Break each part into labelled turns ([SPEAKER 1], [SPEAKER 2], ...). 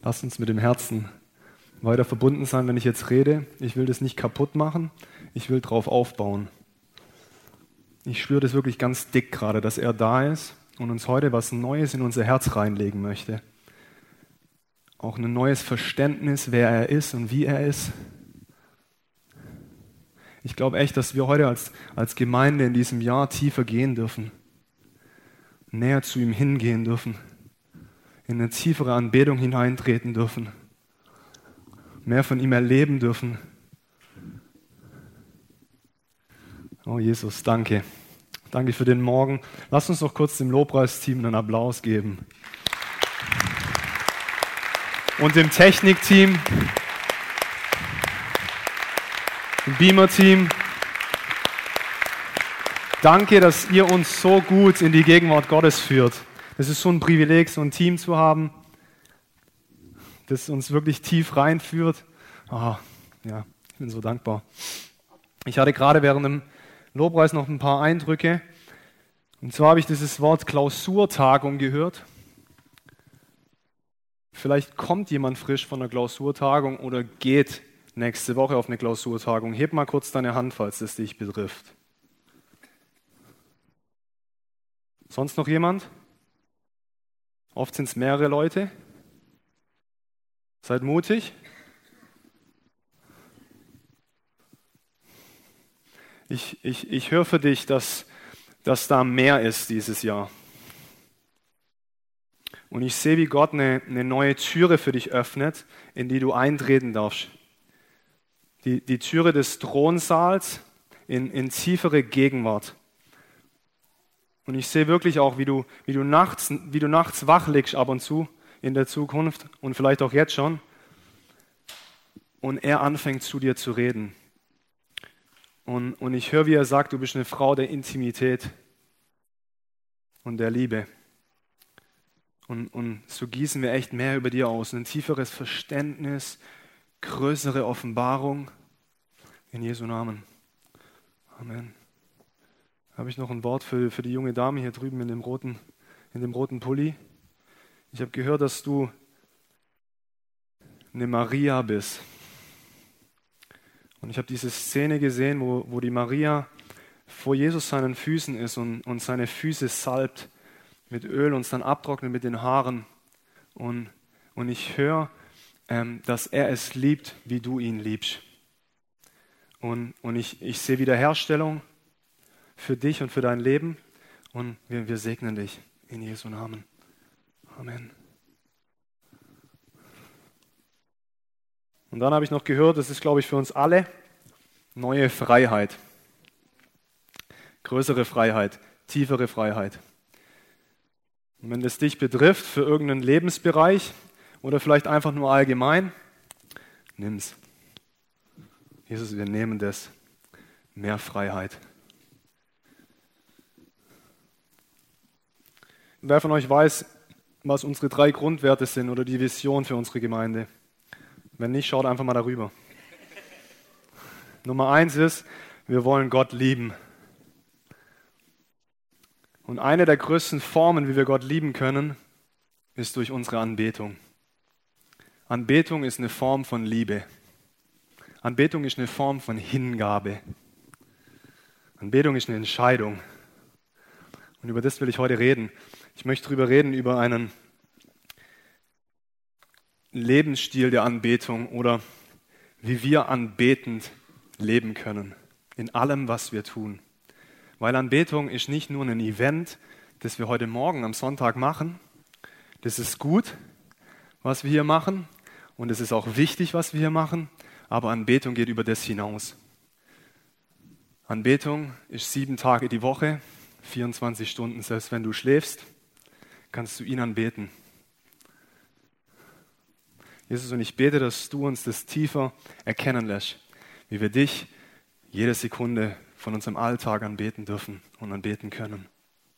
[SPEAKER 1] Lasst uns mit dem Herzen weiter verbunden sein, wenn ich jetzt rede. Ich will das nicht kaputt machen, ich will drauf aufbauen. Ich spüre das wirklich ganz dick gerade, dass er da ist und uns heute was Neues in unser Herz reinlegen möchte. Auch ein neues Verständnis, wer er ist und wie er ist. Ich glaube echt, dass wir heute als Gemeinde in diesem Jahr tiefer gehen dürfen, näher zu ihm hingehen dürfen, in eine tiefere Anbetung hineintreten dürfen, mehr von ihm erleben dürfen. Oh Jesus, danke. Danke für den Morgen. Lass uns noch kurz dem Lobpreisteam einen Applaus geben. Und dem Technikteam, dem Beamer-Team. Danke, dass ihr uns so gut in die Gegenwart Gottes führt. Es ist so ein Privileg, so ein Team zu haben, das uns wirklich tief reinführt. Ja, ich bin so dankbar. Ich hatte gerade während dem Lobpreis noch ein paar Eindrücke. Und zwar habe ich dieses Wort Klausurtagung gehört. Vielleicht kommt jemand frisch von einer Klausurtagung oder geht nächste Woche auf eine Klausurtagung. Heb mal kurz deine Hand, falls das dich betrifft. Sonst noch jemand? Oft sind es mehrere Leute. Seid mutig. Ich höre für dich, dass da mehr ist dieses Jahr. Und ich sehe, wie Gott eine neue Türe für dich öffnet, in die du eintreten darfst. Die Türe des Thronsaals in tiefere Gegenwart. Und ich sehe wirklich auch, wie du nachts wach liegst ab und zu in der Zukunft und vielleicht auch jetzt schon. Und er anfängt zu dir zu reden. Und ich höre, wie er sagt, du bist eine Frau der Intimität und der Liebe. Und so gießen wir echt mehr über dir aus. Ein tieferes Verständnis, größere Offenbarung. In Jesu Namen. Amen. Habe ich noch ein Wort für die junge Dame hier drüben in dem roten Pulli? Ich habe gehört, dass du eine Maria bist. Und ich habe diese Szene gesehen, wo die Maria vor Jesus seinen Füßen ist und seine Füße salbt mit Öl und es dann abtrocknet mit den Haaren. Und ich höre, dass er es liebt, wie du ihn liebst. Und ich sehe Wiederherstellung für dich und für dein Leben. Und wir segnen dich in Jesu Namen. Amen. Und dann habe ich noch gehört, das ist, glaube ich, für uns alle neue Freiheit. Größere Freiheit, tiefere Freiheit. Und wenn das dich betrifft für irgendeinen Lebensbereich oder vielleicht einfach nur allgemein, nimm's. Jesus, wir nehmen das. Mehr Freiheit. Wer von euch weiß, was unsere 3 Grundwerte sind oder die Vision für unsere Gemeinde? Wenn nicht, schaut einfach mal darüber. Nummer 1 ist, wir wollen Gott lieben. Und eine der größten Formen, wie wir Gott lieben können, ist durch unsere Anbetung. Anbetung ist eine Form von Liebe. Anbetung ist eine Form von Hingabe. Anbetung ist eine Entscheidung. Und über das will ich heute reden. Ich möchte darüber reden, über einen Lebensstil der Anbetung oder wie wir anbetend leben können. In allem, was wir tun. Weil Anbetung ist nicht nur ein Event, das wir heute Morgen am Sonntag machen. Das ist gut, was wir hier machen. Und es ist auch wichtig, was wir hier machen. Aber Anbetung geht über das hinaus. Anbetung ist 7 Tage die Woche, 24 Stunden. Selbst wenn du schläfst, kannst du ihn anbeten. Jesus, und ich bete, dass du uns das tiefer erkennen lässt, wie wir dich jede Sekunde von unserem Alltag anbeten dürfen und anbeten können.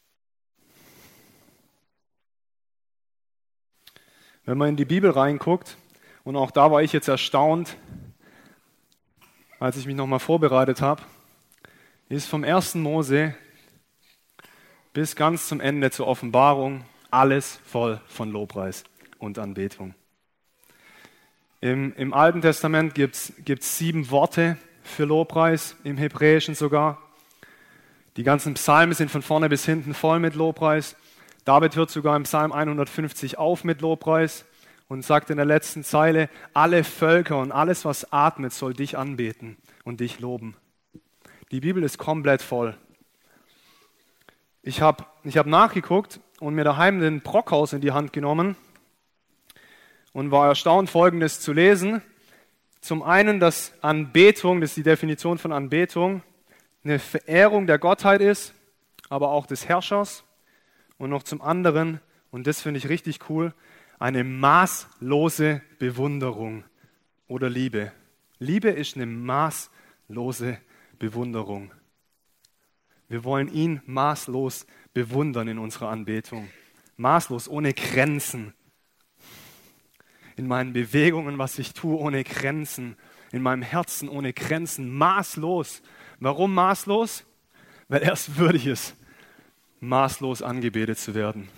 [SPEAKER 1] Wenn man in die Bibel reinguckt, und auch da war ich jetzt erstaunt, als ich mich nochmal vorbereitet habe, ist vom 1. Mose bis ganz zum Ende zur Offenbarung alles voll von Lobpreis und Anbetung. Im Alten Testament gibt's 7 Worte für Lobpreis, im Hebräischen sogar. Die ganzen Psalmen sind von vorne bis hinten voll mit Lobpreis. David hört sogar im Psalm 150 auf mit Lobpreis und sagt in der letzten Zeile, alle Völker und alles, was atmet, soll dich anbeten und dich loben. Die Bibel ist komplett voll. Ich hab nachgeguckt und mir daheim den Brockhaus in die Hand genommen und war erstaunt, Folgendes zu lesen. Zum einen, dass Anbetung, das ist die Definition von Anbetung, eine Verehrung der Gottheit ist, aber auch des Herrschers. Und noch zum anderen, und das finde ich richtig cool, eine maßlose Bewunderung oder Liebe. Liebe ist eine maßlose Bewunderung. Wir wollen ihn maßlos bewundern in unserer Anbetung. Maßlos, ohne Grenzen. In meinen Bewegungen, was ich tue, ohne Grenzen. In meinem Herzen ohne Grenzen. Maßlos. Warum maßlos? Weil er es würdig ist, maßlos angebetet zu werden.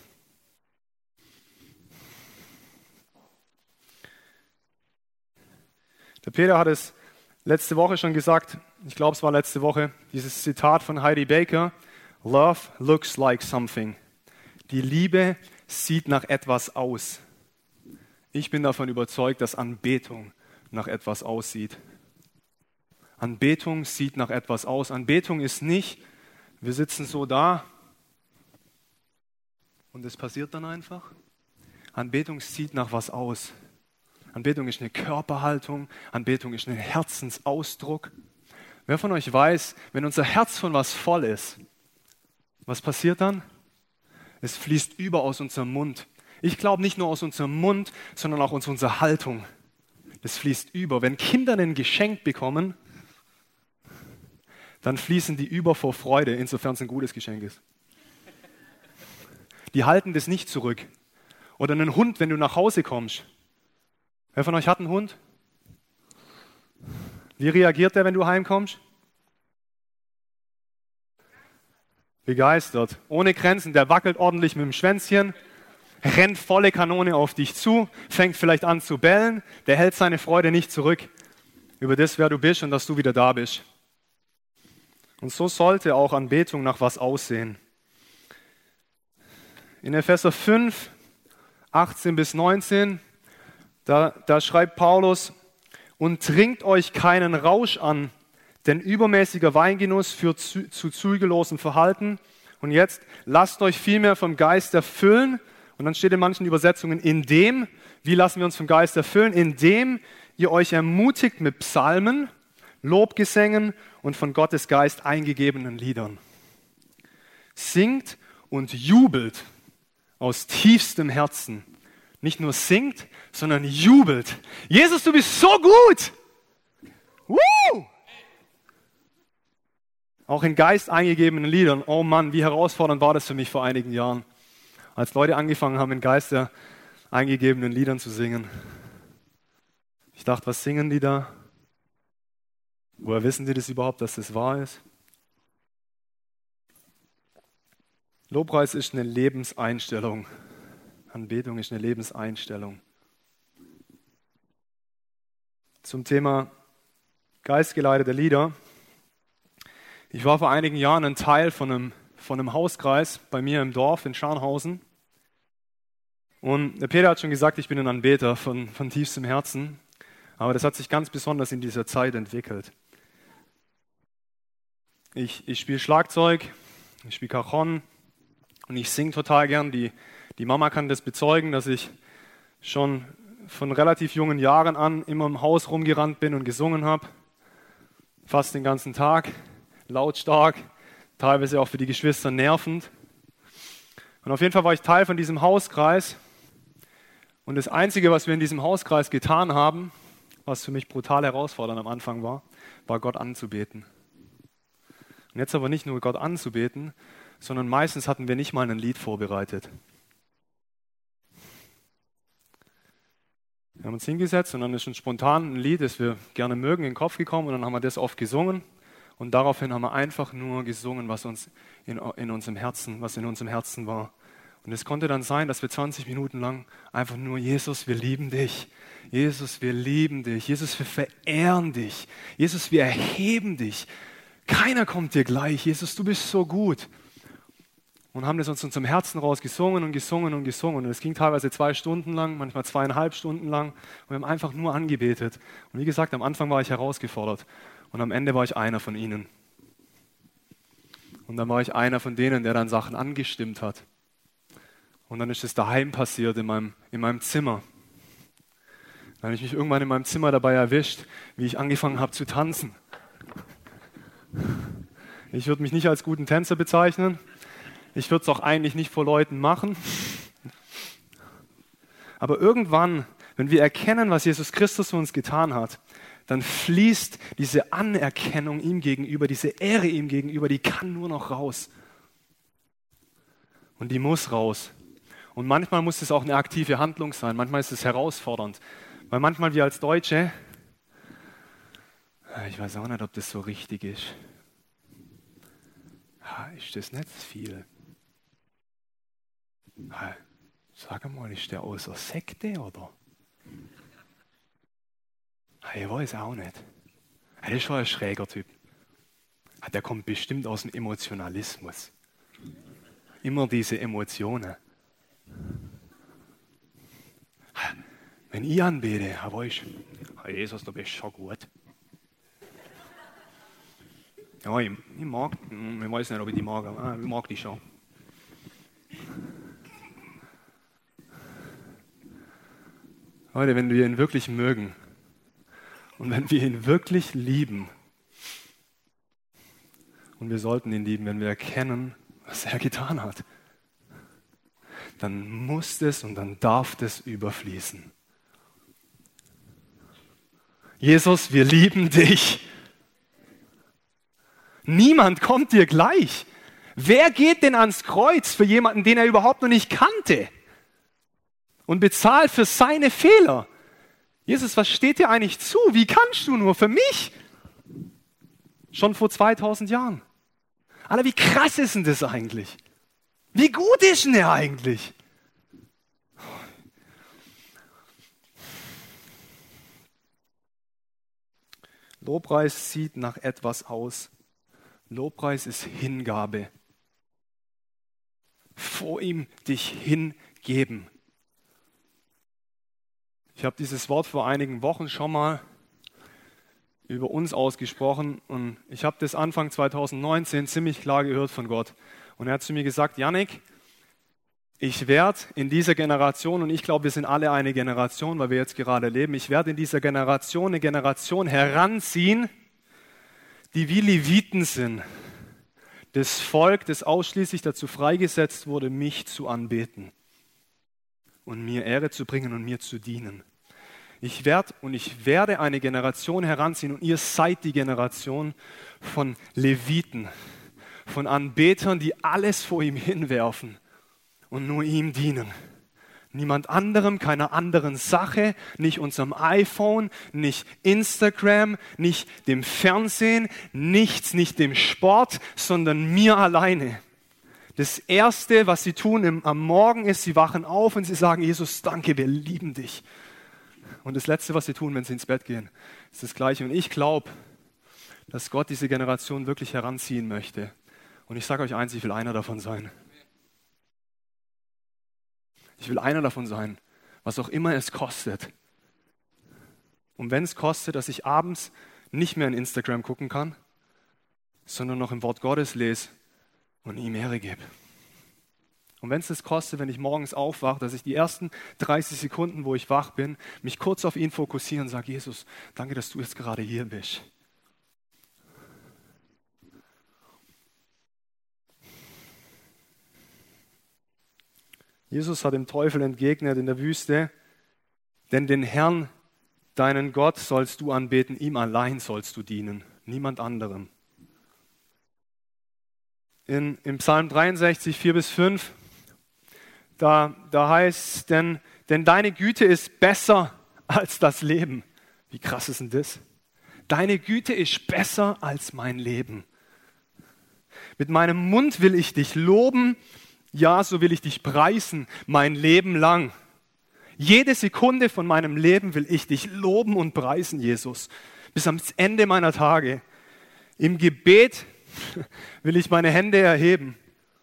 [SPEAKER 1] Der Peter hat es letzte Woche schon gesagt, ich glaube es war letzte Woche, dieses Zitat von Heidi Baker, Love looks like something. Die Liebe sieht nach etwas aus. Ich bin davon überzeugt, dass Anbetung nach etwas aussieht. Anbetung sieht nach etwas aus. Anbetung ist nicht, wir sitzen so da und es passiert dann einfach. Anbetung sieht nach was aus. Anbetung ist eine Körperhaltung, Anbetung ist ein Herzensausdruck. Wer von euch weiß, wenn unser Herz von was voll ist, was passiert dann? Es fließt über aus unserem Mund. Ich glaube nicht nur aus unserem Mund, sondern auch aus unserer Haltung. Es fließt über. Wenn Kinder ein Geschenk bekommen, dann fließen die über vor Freude, insofern es ein gutes Geschenk ist. Die halten das nicht zurück. Oder einen Hund, wenn du nach Hause kommst. Wer von euch hat einen Hund? Wie reagiert der, wenn du heimkommst? Begeistert. Ohne Grenzen. Der wackelt ordentlich mit dem Schwänzchen, rennt volle Kanone auf dich zu, fängt vielleicht an zu bellen. Der hält seine Freude nicht zurück über das, wer du bist und dass du wieder da bist. Und so sollte auch Anbetung nach was aussehen. In Epheser 5, 18 bis 19, da schreibt Paulus, und trinkt euch keinen Rausch an, denn übermäßiger Weingenuss führt zu zügellosem Verhalten. Und jetzt lasst euch vielmehr vom Geist erfüllen. Und dann steht in manchen Übersetzungen, indem, wie lassen wir uns vom Geist erfüllen? Indem ihr euch ermutigt mit Psalmen, Lobgesängen und von Gottes Geist eingegebenen Liedern. Singt und jubelt aus tiefstem Herzen. Nicht nur singt, sondern jubelt. Jesus, du bist so gut! Woo! Auch in Geist eingegebenen Liedern. Oh Mann, wie herausfordernd war das für mich vor einigen Jahren, als Leute angefangen haben, in Geist eingegebenen Liedern zu singen. Ich dachte, was singen die da? Woher wissen die das überhaupt, dass das wahr ist? Lobpreis ist eine Lebenseinstellung. Anbetung ist eine Lebenseinstellung. Zum Thema geistgeleitete Lieder. Ich war vor einigen Jahren ein Teil von einem Hauskreis bei mir im Dorf in Scharnhausen. Und der Peter hat schon gesagt, ich bin ein Anbeter von tiefstem Herzen. Aber das hat sich ganz besonders in dieser Zeit entwickelt. Ich spiele Schlagzeug, ich spiele Cajon und ich singe total gern. Die Mama kann das bezeugen, dass ich schon von relativ jungen Jahren an immer im Haus rumgerannt bin und gesungen habe. Fast den ganzen Tag, lautstark, teilweise auch für die Geschwister nervend. Und auf jeden Fall war ich Teil von diesem Hauskreis. Und das Einzige, was wir in diesem Hauskreis getan haben, was für mich brutal herausfordernd am Anfang war Gott anzubeten. Und jetzt aber nicht nur Gott anzubeten, sondern meistens hatten wir nicht mal ein Lied vorbereitet. Wir haben uns hingesetzt und dann ist uns spontan ein Lied, das wir gerne mögen, in den Kopf gekommen und dann haben wir das oft gesungen und daraufhin haben wir einfach nur gesungen, was in unserem Herzen war. Und es konnte dann sein, dass wir 20 Minuten lang einfach nur, Jesus, wir lieben dich. Jesus, wir lieben dich. Jesus, wir verehren dich. Jesus, wir erheben dich. Keiner kommt dir gleich. Jesus, du bist so gut. Und haben das uns zum Herzen raus gesungen und gesungen und gesungen. Und es ging teilweise 2 Stunden lang, manchmal 2,5 Stunden lang. Und wir haben einfach nur angebetet. Und wie gesagt, am Anfang war ich herausgefordert. Und am Ende war ich einer von ihnen. Und dann war ich einer von denen, der dann Sachen angestimmt hat. Und dann ist es daheim passiert, in meinem Zimmer. Dann habe ich mich irgendwann in meinem Zimmer dabei erwischt, wie ich angefangen habe zu tanzen. Ich würde mich nicht als guten Tänzer bezeichnen. Ich würde es auch eigentlich nicht vor Leuten machen. Aber irgendwann, wenn wir erkennen, was Jesus Christus für uns getan hat, dann fließt diese Anerkennung ihm gegenüber, diese Ehre ihm gegenüber, die kann nur noch raus. Und die muss raus. Und manchmal muss es auch eine aktive Handlung sein, manchmal ist es herausfordernd. Weil manchmal wir als Deutsche, ich weiß auch nicht, ob das so richtig ist. Ist das nicht viel? Sag mal, ist der außer Sekte, oder? Ich weiß auch nicht. Das ist schon ein schräger Typ. Der kommt bestimmt aus dem Emotionalismus. Immer diese Emotionen. Wenn ich anbete, weißt du, Jesus, du bist schon gut. Ja, ich mag, ich weiß nicht, ob ich die mag, aber ich mag die schon. Leute, wenn wir ihn wirklich mögen und wenn wir ihn wirklich lieben, und wir sollten ihn lieben, wenn wir erkennen, was er getan hat, dann muss es und dann darf das überfließen. Jesus, wir lieben dich. Niemand kommt dir gleich. Wer geht denn ans Kreuz für jemanden, den er überhaupt noch nicht kannte und bezahlt für seine Fehler? Jesus, was steht dir eigentlich zu? Wie kannst du nur für mich? Schon vor 2000 Jahren. Alter, wie krass ist denn das eigentlich? Wie gut ist denn er eigentlich? Lobpreis sieht nach etwas aus. Lobpreis ist Hingabe. Vor ihm dich hingeben. Ich habe dieses Wort vor einigen Wochen schon mal über uns ausgesprochen und ich habe das Anfang 2019 ziemlich klar gehört von Gott. Und er hat zu mir gesagt, Jannik, ich werde in dieser Generation, und ich glaube, wir sind alle eine Generation, weil wir jetzt gerade leben, ich werde in dieser Generation eine Generation heranziehen, die wie Leviten sind. Das Volk, das ausschließlich dazu freigesetzt wurde, mich zu anbeten und mir Ehre zu bringen und mir zu dienen. Ich werde eine Generation heranziehen und ihr seid die Generation von Leviten, von Anbetern, die alles vor ihm hinwerfen und nur ihm dienen. Niemand anderem, keiner anderen Sache, nicht unserem iPhone, nicht Instagram, nicht dem Fernsehen, nichts, nicht dem Sport, sondern mir alleine. Das Erste, was sie tun am Morgen ist, sie wachen auf und sie sagen, Jesus, danke, wir lieben dich. Und das Letzte, was sie tun, wenn sie ins Bett gehen, ist das Gleiche. Und ich glaube, dass Gott diese Generation wirklich heranziehen möchte. Und ich sage euch eins, ich will einer davon sein. Ich will einer davon sein, was auch immer es kostet. Und wenn es kostet, dass ich abends nicht mehr in Instagram gucken kann, sondern noch im Wort Gottes lese und ihm Ehre gebe. Und wenn es das kostet, wenn ich morgens aufwache, dass ich die ersten 30 Sekunden, wo ich wach bin, mich kurz auf ihn fokussiere und sage, Jesus, danke, dass du jetzt gerade hier bist. Jesus hat dem Teufel entgegnet in der Wüste, denn den Herrn, deinen Gott, sollst du anbeten, ihm allein sollst du dienen, niemand anderem. In Psalm 63, 4-5, da heißt es, denn deine Güte ist besser als das Leben. Wie krass ist denn das? Deine Güte ist besser als mein Leben. Mit meinem Mund will ich dich loben, ja, so will ich dich preisen, mein Leben lang. Jede Sekunde von meinem Leben will ich dich loben und preisen, Jesus, bis ans Ende meiner Tage. Im Gebet will ich meine Hände erheben.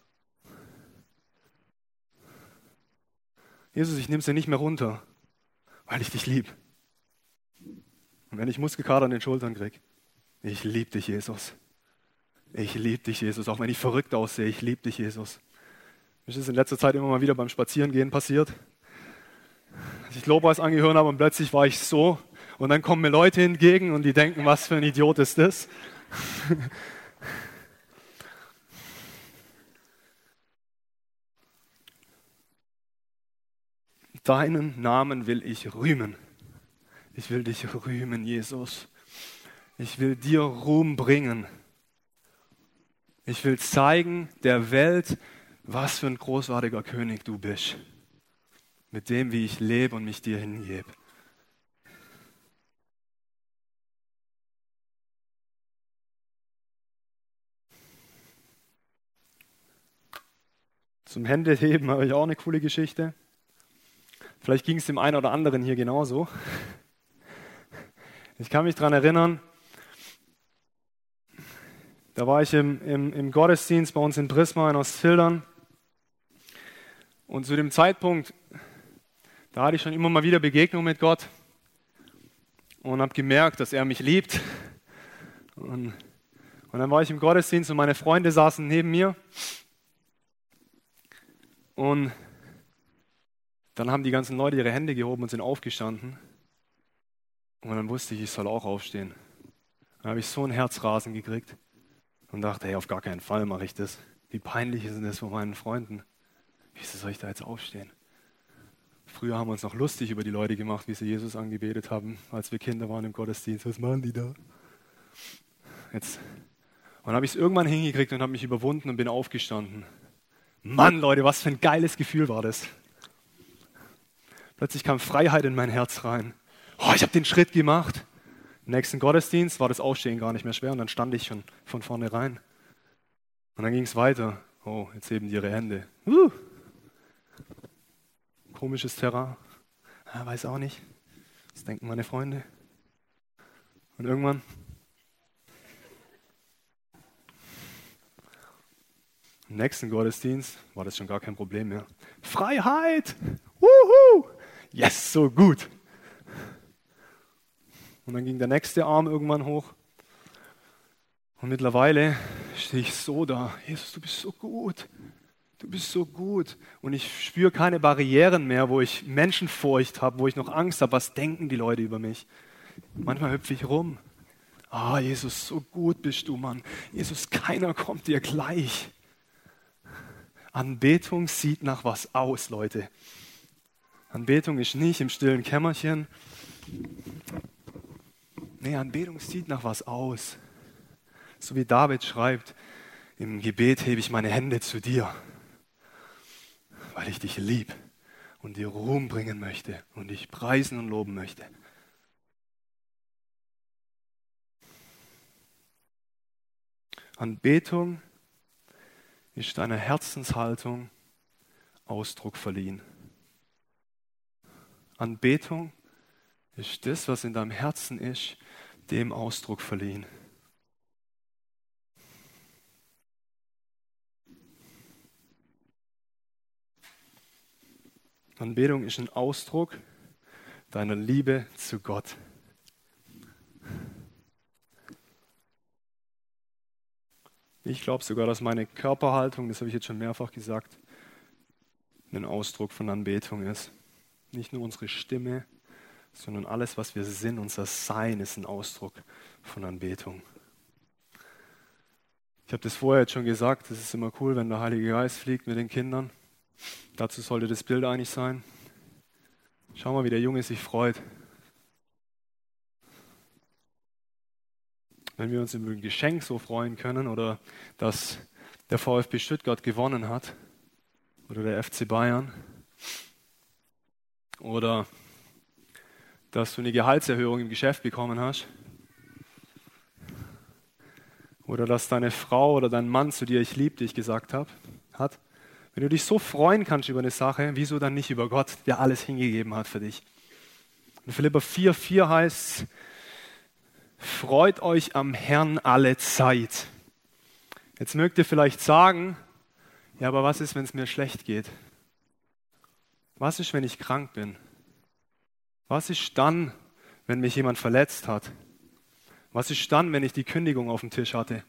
[SPEAKER 1] Jesus, ich nehme sie nicht mehr runter, weil ich dich liebe. Und wenn ich Muskelkater an den Schultern kriege, ich liebe dich, Jesus. Ich liebe dich, Jesus. Auch wenn ich verrückt aussehe, ich liebe dich, Jesus. Mir ist es in letzter Zeit immer mal wieder beim Spazierengehen passiert, dass ich Lobpreis angehört habe und plötzlich war ich so und dann kommen mir Leute entgegen und die denken, was für ein Idiot ist das? Deinen Namen will ich rühmen. Ich will dich rühmen, Jesus. Ich will dir Ruhm bringen. Ich will zeigen der Welt, was für ein großartiger König du bist. Mit dem, wie ich lebe und mich dir hingebe. Zum Händeheben habe ich auch eine coole Geschichte. Vielleicht ging es dem einen oder anderen hier genauso. Ich kann mich daran erinnern, da war ich im Gottesdienst bei uns in Prisma in Ostfildern. Und zu dem Zeitpunkt, da hatte ich schon immer mal wieder Begegnung mit Gott und habe gemerkt, dass er mich liebt. Und dann war ich im Gottesdienst und meine Freunde saßen neben mir. Und dann haben die ganzen Leute ihre Hände gehoben und sind aufgestanden. Und dann wusste ich, ich soll auch aufstehen. Dann habe ich so ein Herzrasen gekriegt und dachte, hey, auf gar keinen Fall mache ich das. Wie peinlich ist denn das von meinen Freunden? Wieso soll ich da jetzt aufstehen? Früher haben wir uns noch lustig über die Leute gemacht, wie sie Jesus angebetet haben, als wir Kinder waren im Gottesdienst. Was machen die da? Jetzt. Und dann habe ich es irgendwann hingekriegt und habe mich überwunden und bin aufgestanden. Mann, Leute, was für ein geiles Gefühl war das. Plötzlich kam Freiheit in mein Herz rein. Oh, ich habe den Schritt gemacht. Im nächsten Gottesdienst war das Aufstehen gar nicht mehr schwer und dann stand ich schon von vorne rein. Und dann ging es weiter. Oh, jetzt heben die ihre Hände. Komisches Terrain. Weiß auch nicht. Was denken meine Freunde? Und irgendwann im nächsten Gottesdienst war das schon gar kein Problem mehr. Freiheit! Wuhu! Yes, so gut! Und dann ging der nächste Arm irgendwann hoch. Und mittlerweile stehe ich so da. Jesus, du bist so gut. Du bist so gut. Und ich spüre keine Barrieren mehr, wo ich Menschenfurcht habe, wo ich noch Angst habe. Was denken die Leute über mich? Manchmal hüpfe ich rum. Ah, Jesus, so gut bist du, Mann. Jesus, keiner kommt dir gleich. Anbetung sieht nach was aus, Leute. Anbetung ist nicht im stillen Kämmerchen. Nee, Anbetung sieht nach was aus. So wie David schreibt, im Gebet hebe ich meine Hände zu dir, weil ich dich lieb und dir Ruhm bringen möchte und dich preisen und loben möchte. Anbetung ist deiner Herzenshaltung Ausdruck verliehen. Anbetung ist das, was in deinem Herzen ist, dem Ausdruck verliehen. Anbetung ist ein Ausdruck deiner Liebe zu Gott. Ich glaube sogar, dass meine Körperhaltung, das habe ich jetzt schon mehrfach gesagt, ein Ausdruck von Anbetung ist. Nicht nur unsere Stimme, sondern alles, was wir sind, unser Sein ist ein Ausdruck von Anbetung. Ich habe das vorher jetzt schon gesagt, das ist immer cool, wenn der Heilige Geist fliegt mit den Kindern. Dazu sollte das Bild eigentlich sein. Schau mal, wie der Junge sich freut. Wenn wir uns über ein Geschenk so freuen können oder dass der VfB Stuttgart gewonnen hat oder der FC Bayern oder dass du eine Gehaltserhöhung im Geschäft bekommen hast oder dass deine Frau oder dein Mann zu dir, ich liebe dich, gesagt hat, Wenn du dich so freuen kannst über eine Sache, wieso dann nicht über Gott, der alles hingegeben hat für dich? In Philipper 4,4 heißt es, freut euch am Herrn alle Zeit. Jetzt mögt ihr vielleicht sagen, ja, aber was ist, wenn es mir schlecht geht? Was ist, wenn ich krank bin? Was ist dann, wenn mich jemand verletzt hat? Was ist dann, wenn ich die Kündigung auf dem Tisch hatte?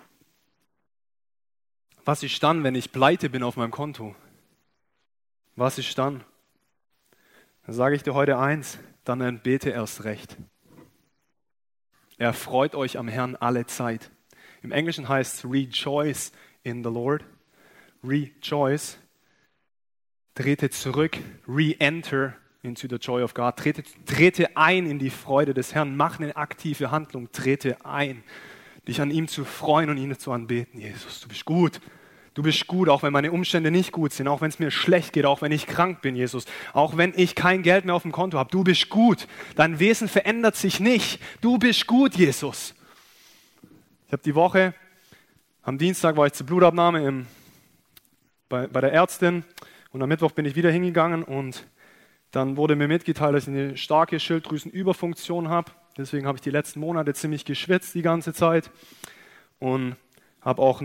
[SPEAKER 1] Was ist dann, wenn ich pleite bin auf meinem Konto? Was ist dann? Dann sage ich dir heute eins, dann bete erst recht. Erfreut euch am Herrn alle Zeit. Im Englischen heißt es rejoice in the Lord. Rejoice. Trete zurück, re-enter into the joy of God. Trete ein in die Freude des Herrn. Mach eine aktive Handlung. Trete ein, dich an ihm zu freuen und ihn zu anbeten. Jesus, du bist gut. Du bist gut, auch wenn meine Umstände nicht gut sind, auch wenn es mir schlecht geht, auch wenn ich krank bin, Jesus. Auch wenn ich kein Geld mehr auf dem Konto habe. Du bist gut. Dein Wesen verändert sich nicht. Du bist gut, Jesus. Ich habe die Woche, am Dienstag war ich zur Blutabnahme bei der Ärztin und am Mittwoch bin ich wieder hingegangen und dann wurde mir mitgeteilt, dass ich eine starke Schilddrüsenüberfunktion habe. Deswegen habe ich die letzten Monate ziemlich geschwitzt die ganze Zeit und habe auch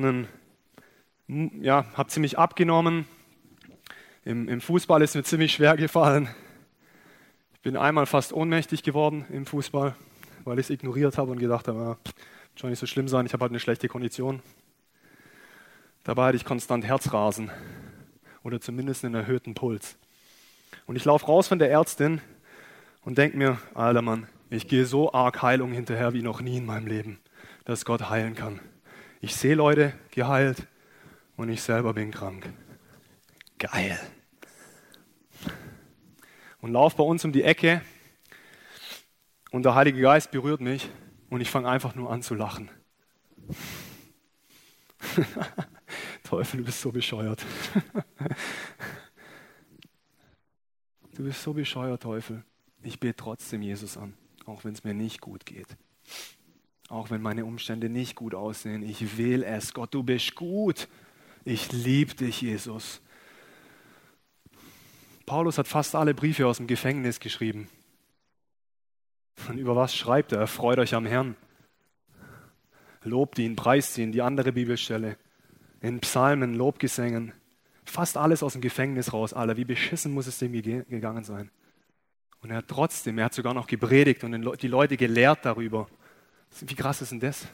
[SPEAKER 1] habe ziemlich abgenommen. Im Fußball ist mir ziemlich schwer gefallen. Ich bin einmal fast ohnmächtig geworden im Fußball, weil ich es ignoriert habe und gedacht habe, wird schon nicht so schlimm sein, ich habe halt eine schlechte Kondition. Dabei hatte ich konstant Herzrasen oder zumindest einen erhöhten Puls. Und ich laufe raus von der Ärztin und denke mir, Alter Mann, ich gehe so arg Heilung hinterher wie noch nie in meinem Leben, dass Gott heilen kann. Ich sehe Leute geheilt und ich selber bin krank. Geil. Und laufe bei uns um die Ecke und der Heilige Geist berührt mich und ich fange einfach nur an zu lachen. Teufel, du bist so bescheuert. Du bist so bescheuert, Teufel. Ich bete trotzdem Jesus an, auch wenn es mir nicht gut geht. Auch wenn meine Umstände nicht gut aussehen. Ich will es. Gott, du bist gut. Ich liebe dich, Jesus. Paulus hat fast alle Briefe aus dem Gefängnis geschrieben. Und über was schreibt er? Erfreut euch am Herrn. Lobt ihn, preist ihn, die andere Bibelstelle. In Psalmen, Lobgesängen. Fast alles aus dem Gefängnis raus, Alter. Wie beschissen muss es dem gegangen sein? Und er hat sogar noch gepredigt und die Leute gelehrt darüber. Wie krass ist denn das?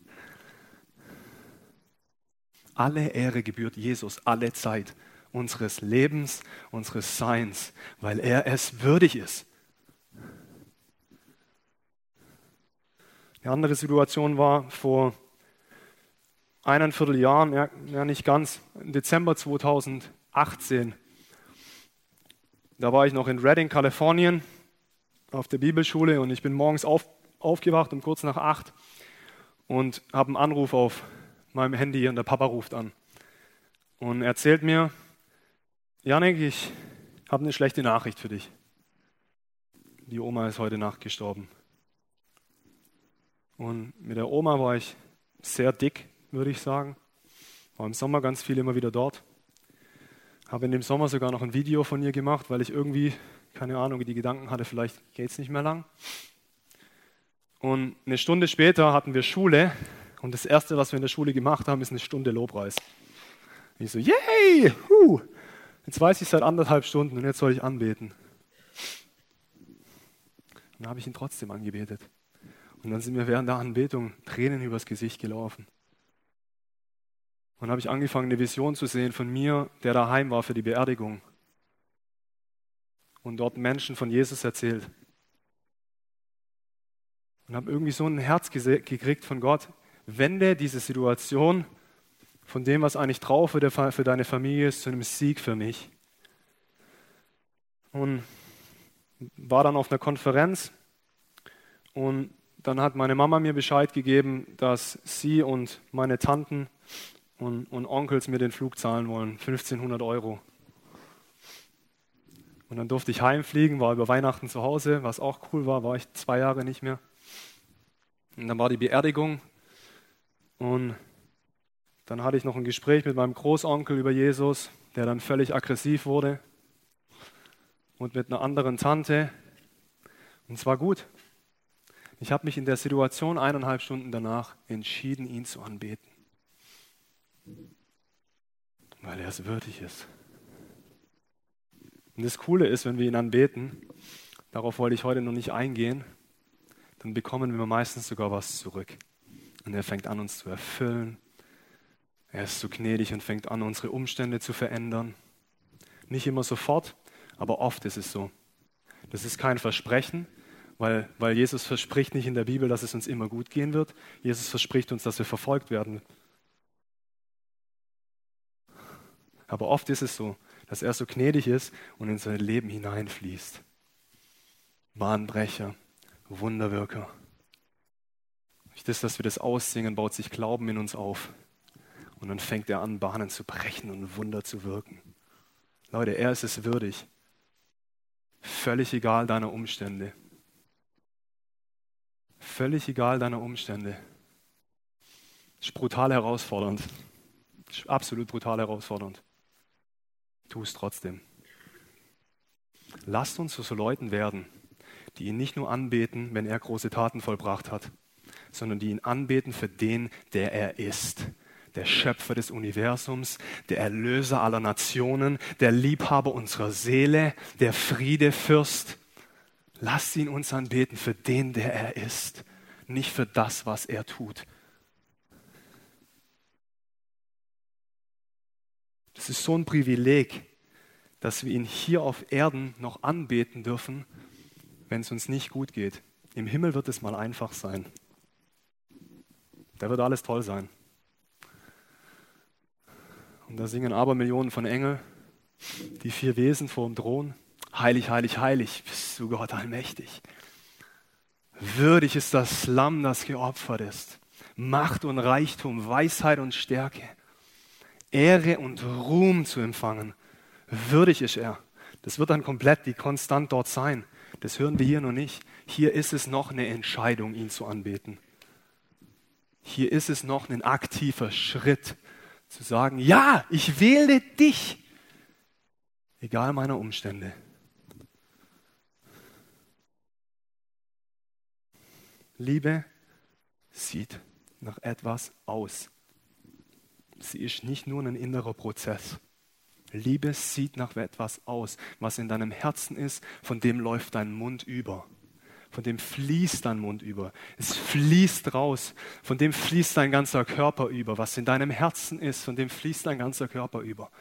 [SPEAKER 1] Alle Ehre gebührt Jesus, alle Zeit unseres Lebens, unseres Seins, weil er es würdig ist. Eine andere Situation war vor 1,25 Jahren, ja nicht ganz, im Dezember 2018. Da war ich noch in Redding, Kalifornien, auf der Bibelschule und ich bin morgens aufgewacht um kurz nach 8 und habe einen Anruf auf meinem Handy und der Papa ruft an und erzählt mir, Janik, ich habe eine schlechte Nachricht für dich. Die Oma ist heute Nacht gestorben. Und mit der Oma war ich sehr dick, würde ich sagen. War im Sommer ganz viel immer wieder dort. Habe in dem Sommer sogar noch ein Video von ihr gemacht, weil ich irgendwie, keine Ahnung, die Gedanken hatte, vielleicht geht es nicht mehr lang. Und eine Stunde später hatten wir Schule und das Erste, was wir in der Schule gemacht haben, ist eine Stunde Lobpreis. Und ich so, yay! Jetzt weiß ich seit 1,5 Stunden und jetzt soll ich anbeten. Und dann habe ich ihn trotzdem angebetet. Und dann sind mir während der Anbetung Tränen übers Gesicht gelaufen. Und dann habe ich angefangen, eine Vision zu sehen von mir, der daheim war für die Beerdigung. Und dort Menschen von Jesus erzählt. Und habe irgendwie so ein Herz gekriegt von Gott. Wende diese Situation von dem, was eigentlich Trauer für deine Familie ist, zu einem Sieg für mich. Und war dann auf einer Konferenz und dann hat meine Mama mir Bescheid gegeben, dass sie und meine Tanten und Onkels mir den Flug zahlen wollen, 1.500 €. Und dann durfte ich heimfliegen, war über Weihnachten zu Hause, was auch cool war ich 2 Jahre nicht mehr. Und dann war die Beerdigung und dann hatte ich noch ein Gespräch mit meinem Großonkel über Jesus, der dann völlig aggressiv wurde und mit einer anderen Tante. Und es war gut. Ich habe mich in der Situation 1,5 Stunden danach entschieden, ihn zu anbeten. Weil er es würdig ist. Und das Coole ist, wenn wir ihn anbeten, darauf wollte ich heute noch nicht eingehen, dann bekommen wir meistens sogar was zurück. Und er fängt an, uns zu erfüllen. Er ist so gnädig und fängt an, unsere Umstände zu verändern. Nicht immer sofort, aber oft ist es so. Das ist kein Versprechen, weil Jesus verspricht nicht in der Bibel, dass es uns immer gut gehen wird. Jesus verspricht uns, dass wir verfolgt werden. Aber oft ist es so, dass er so gnädig ist und in sein Leben hineinfließt. Bahnbrecher, Wunderwirker. Durch das, dass wir das aussingen, baut sich Glauben in uns auf. Und dann fängt er an, Bahnen zu brechen und Wunder zu wirken. Leute, er ist es würdig. Völlig egal deiner Umstände. Völlig egal deiner Umstände. Das ist brutal herausfordernd. Das ist absolut brutal herausfordernd. Tu es trotzdem. Lasst uns zu so Leuten werden, die ihn nicht nur anbeten, wenn er große Taten vollbracht hat, sondern die ihn anbeten für den, der er ist. Der Schöpfer des Universums, der Erlöser aller Nationen, der Liebhaber unserer Seele, der Friedefürst. Lasst ihn uns anbeten für den, der er ist, nicht für das, was er tut. Das ist so ein Privileg, dass wir ihn hier auf Erden noch anbeten dürfen, wenn es uns nicht gut geht. Im Himmel wird es mal einfach sein. Da wird alles toll sein. Und da singen Abermillionen von Engeln, die 4 Wesen vor dem Thron. Heilig, heilig, heilig bist du Gott allmächtig. Würdig ist das Lamm, das geopfert ist. Macht und Reichtum, Weisheit und Stärke. Ehre und Ruhm zu empfangen. Würdig ist er. Das wird dann komplett, die konstant dort sein. Das hören wir hier noch nicht. Hier ist es noch eine Entscheidung, ihn zu anbeten. Hier ist es noch ein aktiver Schritt, zu sagen, ja, ich wähle dich, egal meiner Umstände. Liebe sieht nach etwas aus. Sie ist nicht nur ein innerer Prozess. Liebe sieht nach etwas aus. Was in deinem Herzen ist, von dem läuft dein Mund über. Von dem fließt dein Mund über. Es fließt raus. Von dem fließt dein ganzer Körper über. Was in deinem Herzen ist, von dem fließt dein ganzer Körper über.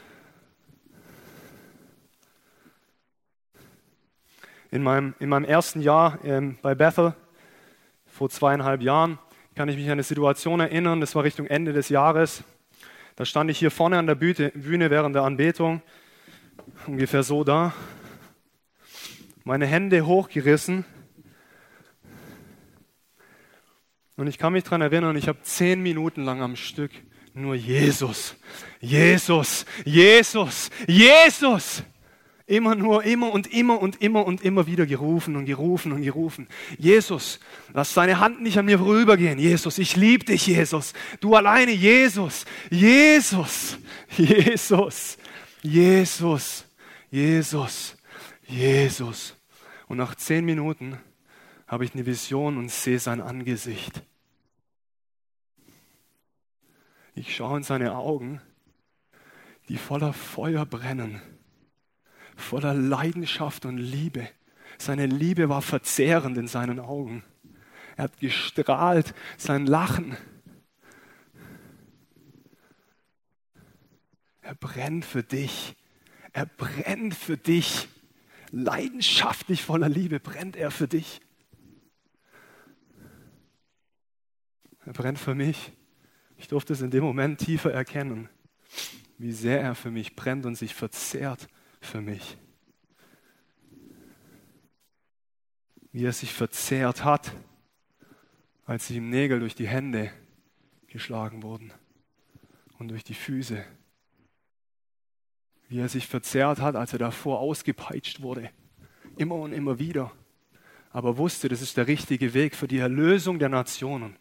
[SPEAKER 1] In meinem ersten Jahr bei Bethel, vor 2,5 Jahren, kann ich mich an eine Situation erinnern, das war Richtung Ende des Jahres. Da stand ich hier vorne an der Bühne während der Anbetung, ungefähr so da, meine Hände hochgerissen. Und ich kann mich daran erinnern, ich habe 10 Minuten lang am Stück nur Jesus, Jesus, Jesus, Jesus. Immer und immer wieder gerufen und gerufen und gerufen. Jesus, lass deine Hand nicht an mir vorübergehen. Jesus, ich liebe dich, Jesus. Du alleine, Jesus, Jesus, Jesus, Jesus, Jesus, Jesus. Und nach 10 Minuten habe ich eine Vision und sehe sein Angesicht. Ich schaue in seine Augen, die voller Feuer brennen. Voller Leidenschaft und Liebe. Seine Liebe war verzehrend in seinen Augen. Er hat gestrahlt, sein Lachen. Er brennt für dich. Er brennt für dich. Leidenschaftlich voller Liebe brennt er für dich. Er brennt für mich. Ich durfte es in dem Moment tiefer erkennen, wie sehr er für mich brennt und sich verzehrt für mich. Wie er sich verzehrt hat, als ihm Nägel durch die Hände geschlagen wurden und durch die Füße. Wie er sich verzehrt hat, als er davor ausgepeitscht wurde. Immer und immer wieder. Aber wusste, das ist der richtige Weg für die Erlösung der Nationen.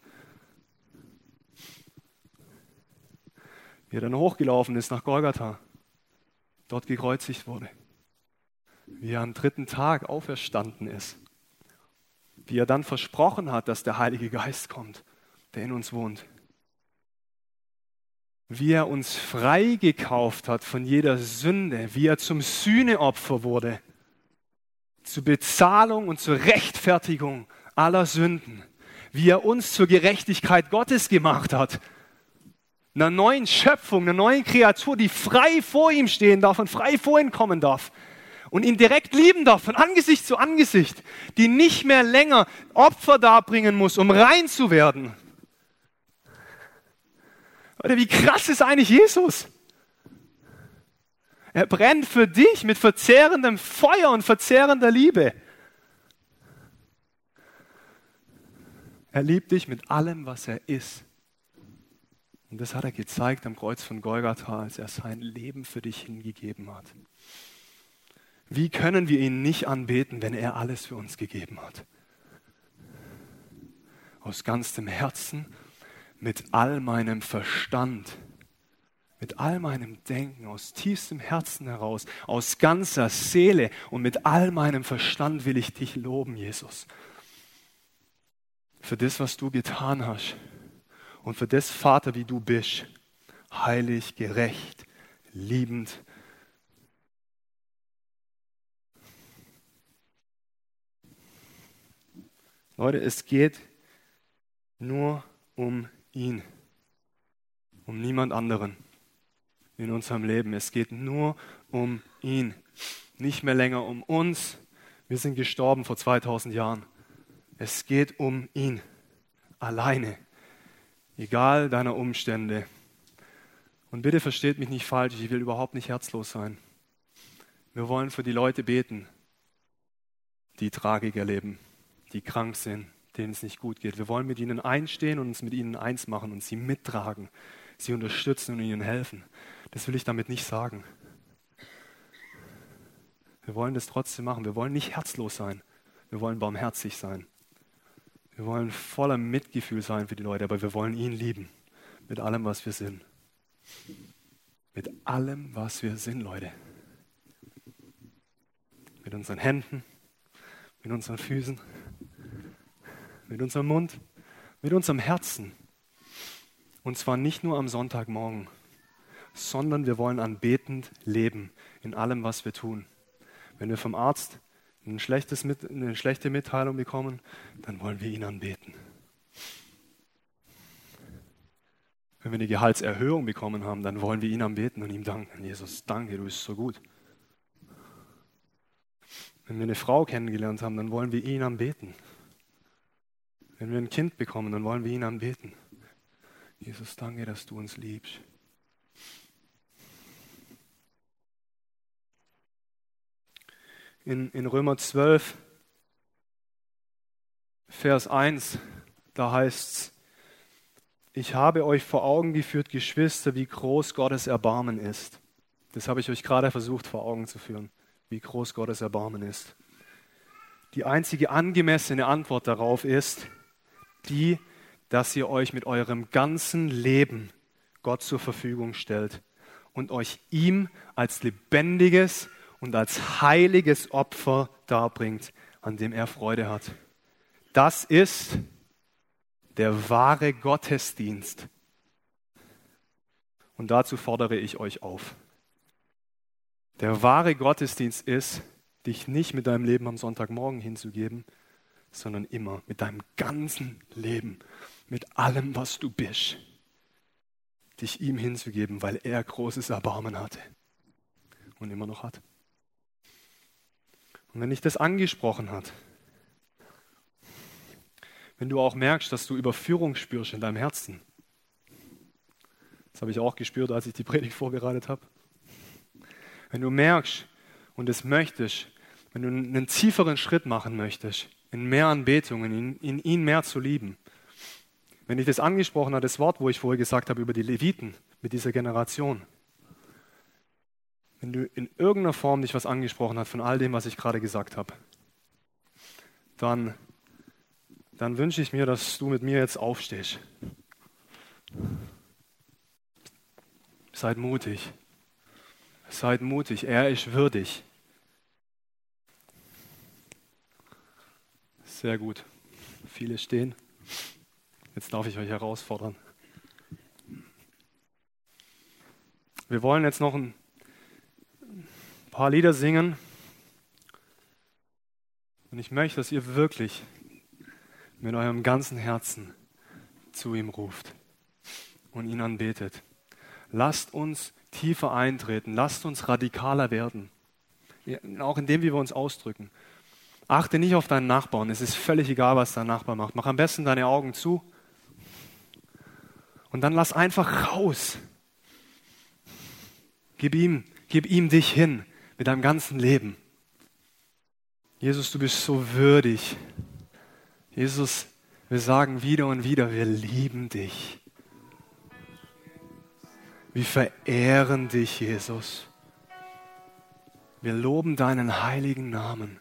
[SPEAKER 1] Wie er dann hochgelaufen ist nach Golgatha. dort gekreuzigt wurde, wie er am 3. Tag auferstanden ist, wie er dann versprochen hat, dass der Heilige Geist kommt, der in uns wohnt, wie er uns freigekauft hat von jeder Sünde, wie er zum Sühneopfer wurde, zur Bezahlung und zur Rechtfertigung aller Sünden, wie er uns zur Gerechtigkeit Gottes gemacht hat, einer neuen Schöpfung, einer neuen Kreatur, die frei vor ihm stehen darf und frei vor ihn kommen darf und ihn direkt lieben darf, von Angesicht zu Angesicht, die nicht mehr länger Opfer darbringen muss, um rein zu werden. Oder wie krass ist eigentlich Jesus? Er brennt für dich mit verzehrendem Feuer und verzehrender Liebe. Er liebt dich mit allem, was er ist. Und das hat er gezeigt am Kreuz von Golgatha, als er sein Leben für dich hingegeben hat. Wie können wir ihn nicht anbeten, wenn er alles für uns gegeben hat? Aus ganzem Herzen, mit all meinem Verstand, mit all meinem Denken, aus tiefstem Herzen heraus, aus ganzer Seele und mit all meinem Verstand will ich dich loben, Jesus. Für das, was du getan hast und für das, Vater, wie du bist, heilig, gerecht, liebend. Leute, es geht nur um ihn, um niemand anderen in unserem Leben. Es geht nur um ihn, nicht mehr länger um uns. Wir sind gestorben vor 2000 Jahren. Es geht um ihn alleine, egal deiner Umstände. Und bitte versteht mich nicht falsch, ich will überhaupt nicht herzlos sein. Wir wollen für die Leute beten, die Tragik erleben, die krank sind, denen es nicht gut geht. Wir wollen mit ihnen einstehen und uns mit ihnen eins machen und sie mittragen, sie unterstützen und ihnen helfen. Das will ich damit nicht sagen. Wir wollen das trotzdem machen. Wir wollen nicht herzlos sein. Wir wollen barmherzig sein. Wir wollen voller Mitgefühl sein für die Leute, aber wir wollen ihn lieben. Mit allem, was wir sind. Mit allem, was wir sind, Leute. Mit unseren Händen, mit unseren Füßen, mit unserem Mund, mit unserem Herzen. Und zwar nicht nur am Sonntagmorgen, sondern wir wollen anbetend leben in allem, was wir tun. Wenn wir vom Arzt eine schlechte Mitteilung bekommen, dann wollen wir ihn anbeten. Wenn wir eine Gehaltserhöhung bekommen haben, dann wollen wir ihn anbeten und ihm danken. Jesus, danke, du bist so gut. Wenn wir eine Frau kennengelernt haben, dann wollen wir ihn anbeten. Wenn wir ein Kind bekommen, dann wollen wir ihn anbeten. Jesus, danke, dass du uns liebst. In Römer 12, Vers 1, da heißt es, ich habe euch vor Augen geführt, Geschwister, wie groß Gottes Erbarmen ist. Das habe ich euch gerade versucht vor Augen zu führen, wie groß Gottes Erbarmen ist. Die einzige angemessene Antwort darauf ist die, dass ihr euch mit eurem ganzen Leben Gott zur Verfügung stellt und euch ihm als lebendiges und als heiliges Opfer darbringt, an dem er Freude hat. Das ist der wahre Gottesdienst. Und dazu fordere ich euch auf. Der wahre Gottesdienst ist, dich nicht mit deinem Leben am Sonntagmorgen hinzugeben, sondern immer mit deinem ganzen Leben, mit allem, was du bist, dich ihm hinzugeben, weil er großes Erbarmen hatte und immer noch hat. Und wenn dich das angesprochen hat, wenn du auch merkst, dass du Überführung spürst in deinem Herzen, das habe ich auch gespürt, als ich die Predigt vorbereitet habe, wenn du merkst und es möchtest, wenn du einen tieferen Schritt machen möchtest, in mehr Anbetungen, in ihn mehr zu lieben, wenn dich das angesprochen hat, das Wort, wo ich vorher gesagt habe über die Leviten mit dieser Generation, wenn du in irgendeiner Form dich was angesprochen hat von all dem, was ich gerade gesagt habe, dann wünsche ich mir, dass du mit mir jetzt aufstehst. Seid mutig. Seid mutig, er ist würdig. Sehr gut. Viele stehen. Jetzt darf ich euch herausfordern. Wir wollen jetzt noch ein paar Lieder singen. Und ich möchte, dass ihr wirklich mit eurem ganzen Herzen zu ihm ruft und ihn anbetet. Lasst uns tiefer eintreten, lasst uns radikaler werden. Auch in dem, wie wir uns ausdrücken. Achte nicht auf deinen Nachbarn, es ist völlig egal, was dein Nachbar macht. Mach am besten deine Augen zu und dann lass einfach raus. Gib ihm dich hin mit deinem ganzen Leben. Jesus, du bist so würdig. Jesus, wir sagen wieder und wieder, wir lieben dich. Wir verehren dich, Jesus. Wir loben deinen heiligen Namen.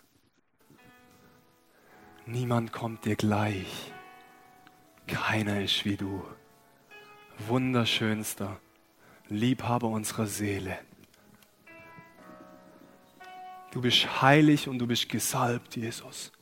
[SPEAKER 1] Niemand kommt dir gleich. Keiner ist wie du. Wunderschönster, Liebhaber unserer Seele. Du bist heilig und du bist gesalbt, Jesus.